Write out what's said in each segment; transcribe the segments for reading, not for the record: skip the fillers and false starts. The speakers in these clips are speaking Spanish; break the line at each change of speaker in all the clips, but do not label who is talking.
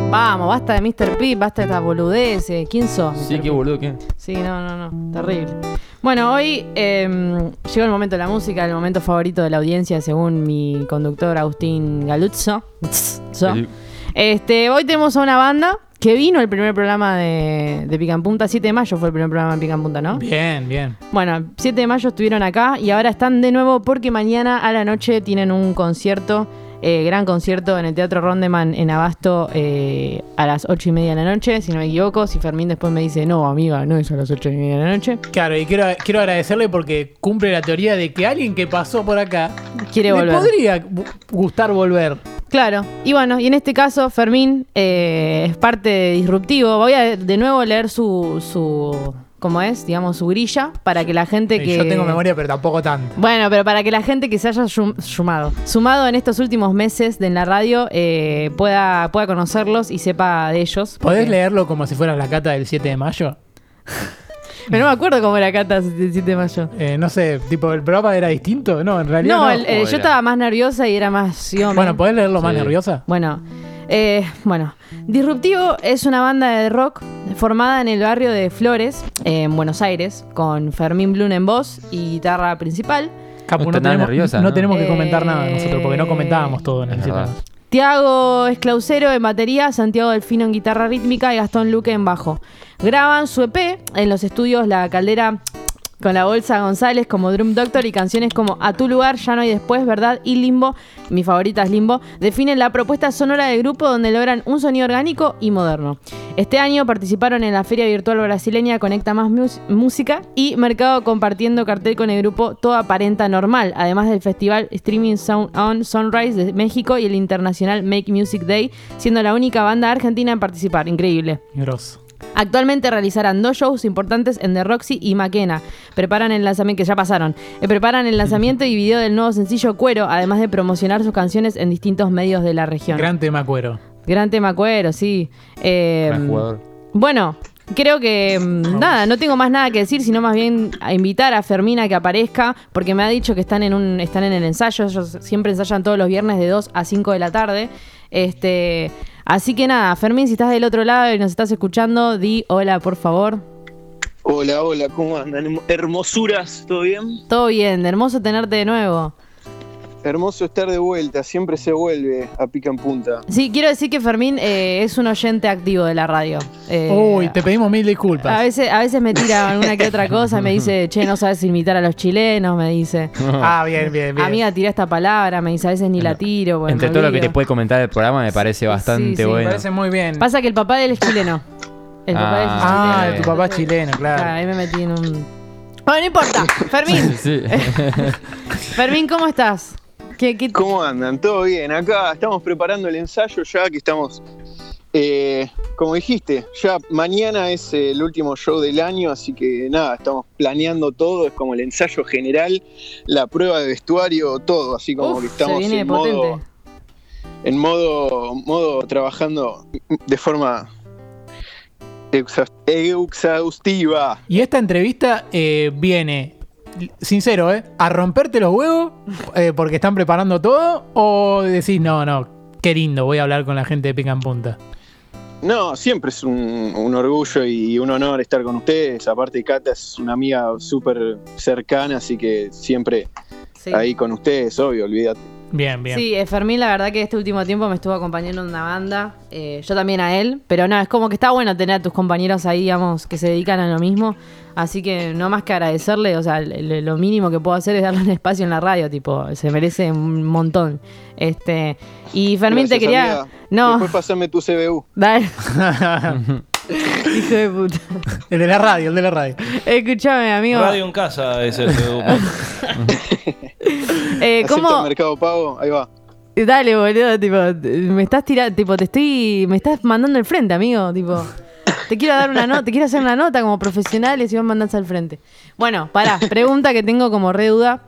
Vamos, basta de Mr. P, basta de estas boludeces. ¿Quién sos?
Sí,
Mr.
qué
P?
boludo, ¿qué?
Sí, no, terrible. Bueno, hoy llegó el momento de la música, el momento favorito de la audiencia, según mi conductor Agustín Galuzzo. Hoy tenemos a una banda que vino el primer programa de Pica en Punta. 7 de mayo fue el primer programa de Pica en Punta, ¿no?
Bien.
Bueno, 7 de mayo estuvieron acá y ahora están de nuevo porque mañana a la noche tienen un concierto, gran concierto en el Teatro Rondeman en Abasto a las 8:30 de la noche, si no me equivoco. Si Fermín después me dice, no, amiga, no es a las 8:30 de la noche.
Claro, y quiero agradecerle porque cumple la teoría de que alguien que pasó por acá
Quiere volver.
le podría gustar volver.
Claro, y bueno, y en este caso Fermín es parte de Disruptivo. Voy a de nuevo leer su ¿cómo es? Digamos, su grilla, para que la gente que...
Yo tengo memoria, pero tampoco tanto.
Bueno, pero para que la gente que se haya sumado en estos últimos meses en la radio pueda conocerlos y sepa de ellos.
¿Podés leerlo como si fuera la cata del 7 de mayo?
Pero no me acuerdo cómo era Cata el 7 de mayo.
No sé, tipo, ¿el programa era distinto? No, en realidad
No,
no.
yo estaba más nerviosa y era más...
Bueno, ¿podés leerlo más nerviosa?
Bueno, Disruptivo es una banda de rock formada en el barrio de Flores, en Buenos Aires, con Fermín Blum en voz y guitarra principal.
Capu,
No nerviosa,
no
¿no?
tenemos que comentar nada nosotros, porque no comentábamos todo en el 7 de mayo.
Tiago Esclausero en batería, Santiago Delfino en guitarra rítmica y Gastón Luque en bajo. Graban su EP en los estudios La Caldera con la Bolsa González como Drum Doctor, y canciones como A tu lugar, Ya no hay después, Verdad y Limbo, mi favorita es Limbo, definen la propuesta sonora del grupo, donde logran un sonido orgánico y moderno. Este año participaron en la feria virtual brasileña Conecta Más Música y Mercado, compartiendo cartel con el grupo Todo Aparenta Normal, además del festival Streaming Sound On Sunrise de México y el internacional Make Music Day, siendo la única banda argentina en participar. Increíble.
Grosso.
Actualmente realizarán 2 shows importantes en The Roxy y Maquena. Preparan el lanzamiento, que ya pasaron. Preparan el lanzamiento y video del nuevo sencillo Cuero, además de promocionar sus canciones en distintos medios de la región.
Gran tema Cuero.
Gran tema Cuero, sí.
Gran jugador.
Bueno, creo que nada, no tengo más nada que decir, sino más bien a invitar a Fermín a que aparezca, porque me ha dicho que están en el ensayo. Ellos siempre ensayan todos los viernes de 2 a 5 de la tarde. Así que nada, Fermín, si estás del otro lado y nos estás escuchando, di hola, por favor.
Hola, ¿cómo andan? Hermosuras, ¿todo bien?
Todo bien, hermoso tenerte de nuevo.
Hermoso estar de vuelta, siempre se vuelve a Pica en Punta.
Sí, quiero decir que Fermín es un oyente activo de la radio.
Uy, te pedimos 1000 disculpas.
A veces me tira alguna que otra cosa, me dice, che, no sabes imitar a los chilenos, me dice.
Bien.
Amiga, tira esta palabra, me dice, a veces ni la tiro. Bueno,
Entre todo lo que te puede comentar del programa me parece bastante
sí,
bueno.
Me parece muy bien.
Pasa que el papá de él es chileno. El papá de él es chileno.
Tu papá es chileno, claro.
Ahí me metí en un... Bueno, no importa. Fermín.
Sí.
Fermín, ¿cómo estás?
¿Cómo andan? ¿Todo bien? Acá estamos preparando el ensayo ya que estamos... como dijiste, ya mañana es el último show del año, así que nada, estamos planeando todo, es como el ensayo general, la prueba de vestuario, todo, así como que estamos
se viene
en modo trabajando de forma exhaustiva.
Y esta entrevista viene, sincero, a romperte los huevos porque están preparando todo, o decís, no, qué lindo, voy a hablar con la gente de Pica en Punta.
No, siempre es un orgullo y un honor estar con ustedes. Aparte, Cata es una amiga súper cercana, así que siempre ahí con ustedes, obvio, olvídate.
Bien.
Sí, Fermín, la verdad que este último tiempo me estuvo acompañando en una banda, yo también a él, pero no, es como que está bueno tener a tus compañeros ahí, digamos, que se dedican a lo mismo, así que no más que agradecerle, o sea, lo mínimo que puedo hacer es darle un espacio en la radio, tipo, se merece un montón. Y Fermín,
gracias,
te quería...
amiga.
No.
Después pasame tu CBU.
Dale. Hijo de puta.
El de la radio.
Escúchame, amigo.
Radio en casa es el CBU.
¿Acepta Mercado Pago? Ahí va.
Dale, boludo, tipo, me estás tirando, tipo, me estás mandando al frente, amigo, tipo. Te quiero dar una nota, te quiero hacer una nota como profesionales y vos mandás al frente. Bueno, pará, pregunta que tengo como re duda.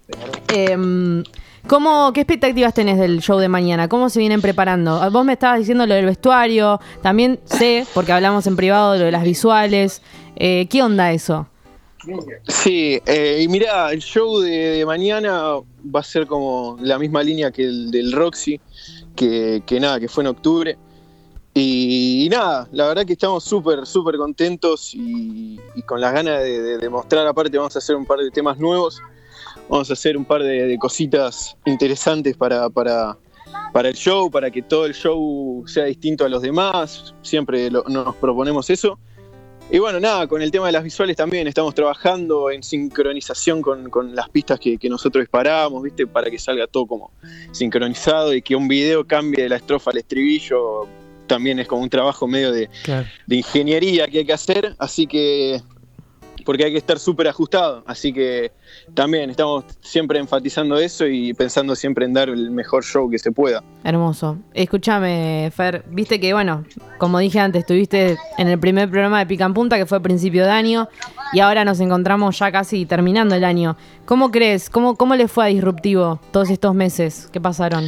¿Qué expectativas tenés del show de mañana? ¿Cómo se vienen preparando? Vos me estabas diciendo lo del vestuario, también sé, porque hablamos en privado, lo de las visuales. ¿Qué onda eso?
Sí, y mirá, el show de mañana va a ser como la misma línea que el del Roxy, que fue en octubre. Y nada, la verdad que estamos súper contentos y con las ganas de mostrar. Aparte vamos a hacer un par de temas nuevos, vamos a hacer un par de cositas interesantes para el show, para que todo el show sea distinto a los demás. Siempre nos proponemos eso. Y bueno, nada, con el tema de las visuales también estamos trabajando en sincronización con las pistas que nosotros disparamos, ¿viste? Para que salga todo como sincronizado y que un video cambie de la estrofa al estribillo. También es como un trabajo medio de ingeniería que hay que hacer, así que porque hay que estar súper ajustado, así que también estamos siempre enfatizando eso y pensando siempre en dar el mejor show que se pueda.
Hermoso. Escúchame, Fer, viste que, bueno, como dije antes, estuviste en el primer programa de Pica en Punta, que fue a principio de año, y ahora nos encontramos ya casi terminando el año. ¿Cómo crees? ¿Cómo le fue a Disruptivo todos estos meses? ¿Qué pasaron?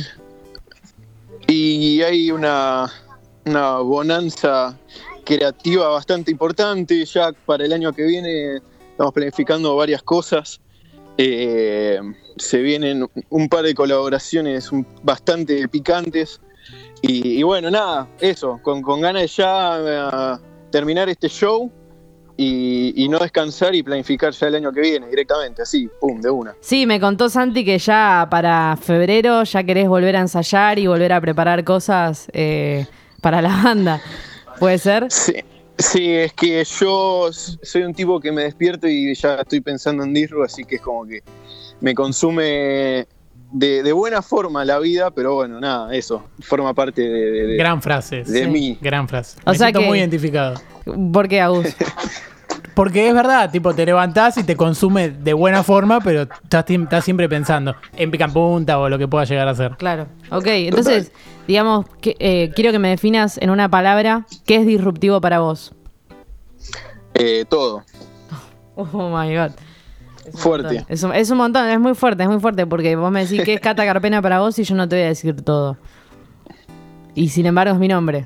Y hay una bonanza creativa bastante importante. Ya para el año que viene estamos planificando varias cosas. Se vienen un par de colaboraciones bastante picantes. Y bueno, nada, eso, con ganas de ya terminar este show y no descansar y planificar ya el año que viene directamente, así, pum, de una.
Sí, me contó Santi que ya para febrero ya querés volver a ensayar y volver a preparar cosas para la banda. ¿Puede ser?
Sí, es que yo soy un tipo que me despierto y ya estoy pensando en Disru, así que es como que me consume de buena forma la vida, pero bueno, nada, eso, forma parte de
gran frase.
De mí.
Gran frase.
O
me
sea
siento
que,
muy identificado.
¿Por qué, Agus?
Porque es verdad, tipo, te levantás y te consume de buena forma, pero estás siempre pensando en Pica en Punta o lo que pueda llegar a ser.
Claro. Ok, entonces, digamos, quiero que me definas en una palabra qué es disruptivo para vos.
Todo.
Oh my God.
Fuerte.
Es un montón, es muy fuerte, porque vos me decís qué es Cata Carpena para vos y yo no te voy a decir todo. Y sin embargo es mi nombre.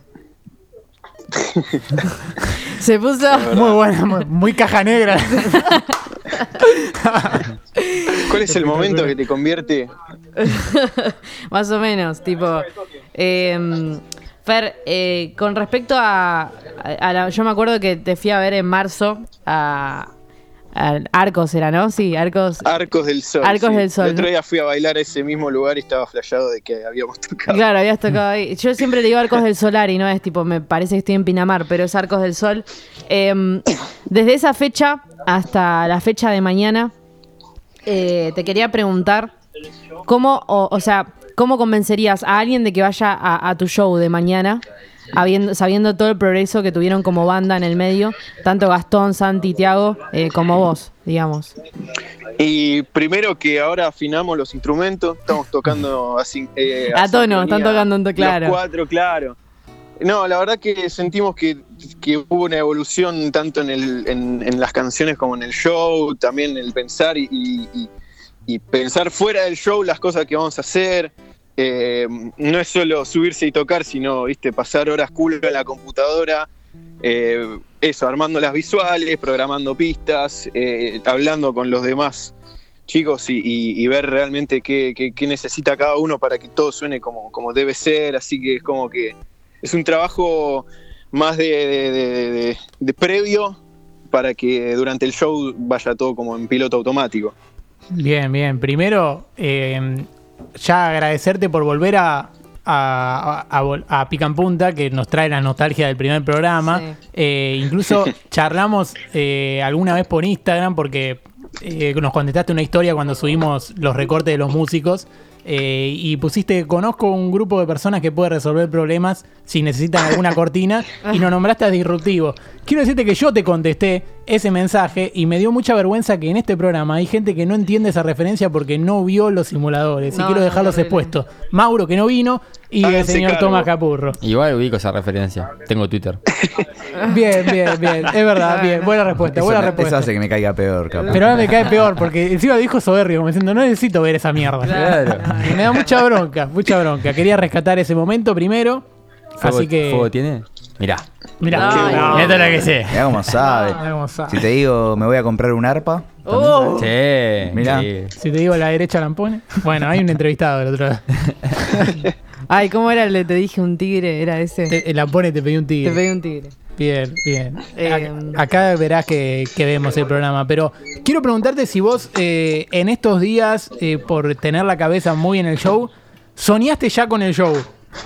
Se puso
muy buena, muy caja negra.
¿Cuál es el momento que te convierte?
Más o menos, tipo Fer, con respecto a yo me acuerdo que te fui a ver en marzo a Arcos era, ¿no? Sí, Arcos del Sol.
Arcos
del Sol.
El otro día fui a bailar a ese mismo lugar y estaba flasheado de que habíamos tocado.
Claro, habías tocado ahí. Yo siempre le digo Arcos del Solar y no es tipo, me parece que estoy en Pinamar, pero es Arcos del Sol. Desde esa fecha hasta la fecha de mañana, te quería preguntar cómo convencerías a alguien de que vaya a tu show de mañana, sabiendo todo el progreso que tuvieron como banda en el medio, tanto Gastón, Santi, Tiago, como vos, digamos.
Y primero que ahora afinamos los instrumentos, estamos tocando así,
a tono, están tocando, claro.
Los cuatro, claro. No, la verdad que sentimos que hubo una evolución tanto en las canciones como en el show, también el pensar y pensar fuera del show las cosas que vamos a hacer. No es solo subirse y tocar, sino, viste, pasar horas cool en la computadora, eso, armando las visuales, programando pistas, hablando con los demás chicos y ver realmente qué necesita cada uno para que todo suene como debe ser. Así que es como que es un trabajo más de previo para que durante el show vaya todo como en piloto automático.
Bien. Primero, ya agradecerte por volver a Pica en Punta, que nos trae la nostalgia del primer programa. Sí. Incluso charlamos alguna vez por Instagram porque nos contestaste una historia cuando subimos los recortes de los músicos y pusiste: conozco un grupo de personas que puede resolver problemas si necesitan alguna cortina, y nos nombraste a Disruptivo. Quiero decirte que yo te contesté ese mensaje y me dio mucha vergüenza que en este programa hay gente que no entiende esa referencia porque no vio los simuladores, y quiero dejarlos expuestos. Mauro, que no vino, y el señor Tomás Capurro.
Igual ubico esa referencia, tengo Twitter.
Bien, es verdad, bien, buena respuesta.
Eso hace que me caiga peor, capaz.
Pero ahora me cae peor porque encima dijo soberbio, como diciendo: no necesito ver esa mierda.
Claro.
Me da mucha bronca. Quería rescatar ese momento primero. Así que...
¿Fuego tiene? Mirá.
No.
Esto es lo que sé.
Mirá cómo sabe. Si te digo, me voy a comprar un arpa.
Sí.
Mirá.
Sí.
Si te digo, la derecha la pone. Bueno, hay un entrevistado del otro lado.
Ay, ¿cómo era el de te dije un tigre? ¿Era ese?
La pone te pedí un tigre.
Te pedí un tigre.
Bien, bien. Acá verás que vemos el programa, pero quiero preguntarte si vos en estos días, por tener la cabeza muy en el show, ¿soñaste ya con el show?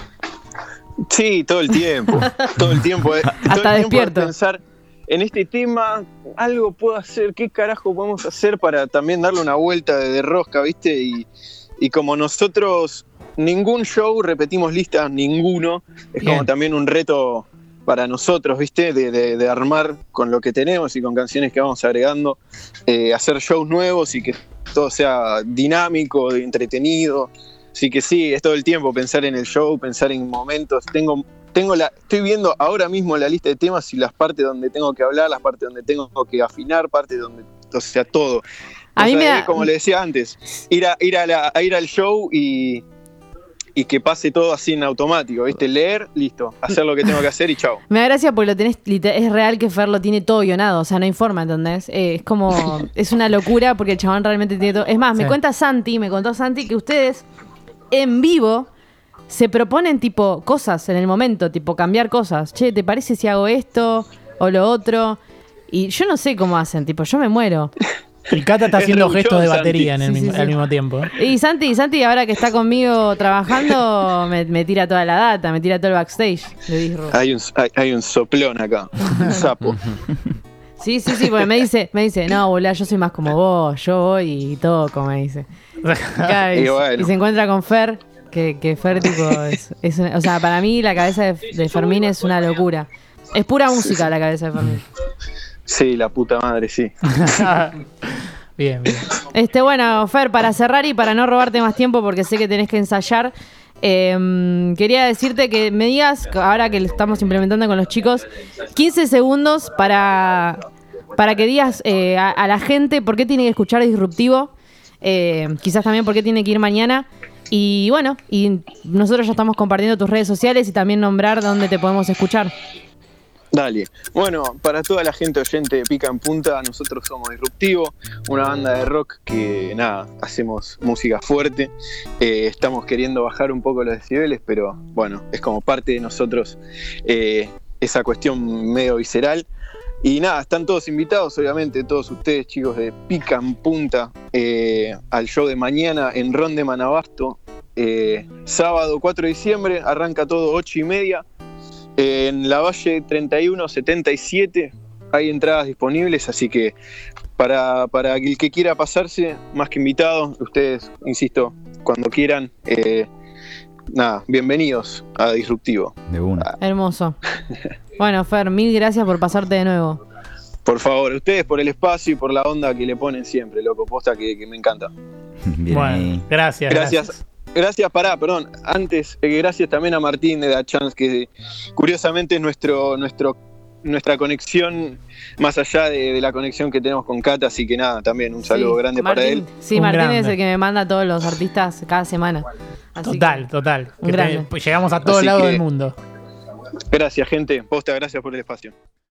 Sí, todo el tiempo. Todo el tiempo.
Hasta despierto.
Pensar en este tema, algo puedo hacer, ¿qué carajo podemos hacer para también darle una vuelta de rosca, viste? Y como nosotros, ningún show repetimos listas, ninguno. Es
Bien.
como también un reto para nosotros, ¿viste? De armar con lo que tenemos y con canciones que vamos agregando, hacer shows nuevos y que todo sea dinámico, entretenido. Así que sí, es todo el tiempo pensar en el show, pensar en momentos. Estoy viendo ahora mismo la lista de temas y las partes donde tengo que hablar, las partes donde tengo que afinar, partes donde, o sea, todo.
A mí me da...
Como le decía antes, ir al show y que pase todo así en automático, ¿viste? Leer, listo, hacer lo que tengo que hacer y chao.
Me da gracia porque lo tenés, es real que Fer lo tiene todo guionado, o sea, no hay forma, ¿entendés? Es como, es una locura porque el chabón realmente tiene todo. Es más,
Sí.
me contó Santi que ustedes en vivo se proponen tipo cosas en el momento, tipo cambiar cosas. Che, ¿te parece si hago esto o lo otro? Y yo no sé cómo hacen, tipo, yo me muero.
El Cata está haciendo
Es
gestos de
Santi.
batería en
Sí.
al mismo tiempo.
Y Santi, ahora que está conmigo trabajando, me tira toda la data, me tira todo el backstage de Disrupt.
Hay un soplón acá, un sapo.
Sí, porque me dice, no, boludo, yo soy más como vos, yo voy y toco, me dice. Claro,
Y bueno.
y se encuentra con Fer, que Fer tipo o sea, para mí la cabeza de Fermín es una locura. Es pura música la cabeza de Fermín.
Sí, la puta madre, sí.
Bien.
Bueno, Fer, para cerrar y para no robarte más tiempo porque sé que tenés que ensayar, quería decirte que me digas, ahora que lo estamos implementando con los chicos, 15 segundos para que digas a la gente por qué tiene que escuchar Disruptivo, quizás también por qué tiene que ir mañana. Y bueno, y nosotros ya estamos compartiendo tus redes sociales y también nombrar dónde te podemos escuchar.
Dale. Bueno, para toda la gente oyente de Pica en Punta, nosotros somos Disruptivo, una banda de rock que, hacemos música fuerte. Estamos queriendo bajar un poco los decibeles, pero bueno, es como parte de nosotros esa cuestión medio visceral. Y están todos invitados, obviamente, todos ustedes, chicos de Pica en Punta, al show de mañana en Ron de Manabasto. Sábado 4 de diciembre, arranca todo 8:30. En la Valle 3177 hay entradas disponibles, así que para el que quiera pasarse, más que invitado, ustedes, insisto, cuando quieran, bienvenidos a Disruptivo.
De una.
Hermoso. Bueno, Fer, mil gracias por pasarte de nuevo.
Por favor, ustedes por el espacio y por la onda que le ponen siempre, loco, posta que me encanta.
Bien ahí.
Bueno, gracias.
Gracias, perdón. Antes, gracias también a Martín de Da Chance, que curiosamente es nuestra conexión más allá de la conexión que tenemos con Cata, así que también un saludo grande para él.
Sí,
Un
Martín
grande.
es el que me manda a todos los artistas cada semana. Así
Total.
Un grande.
Pues llegamos a todos
Así
lados
que-
del mundo.
Gracias, gente. Posta, gracias por el espacio.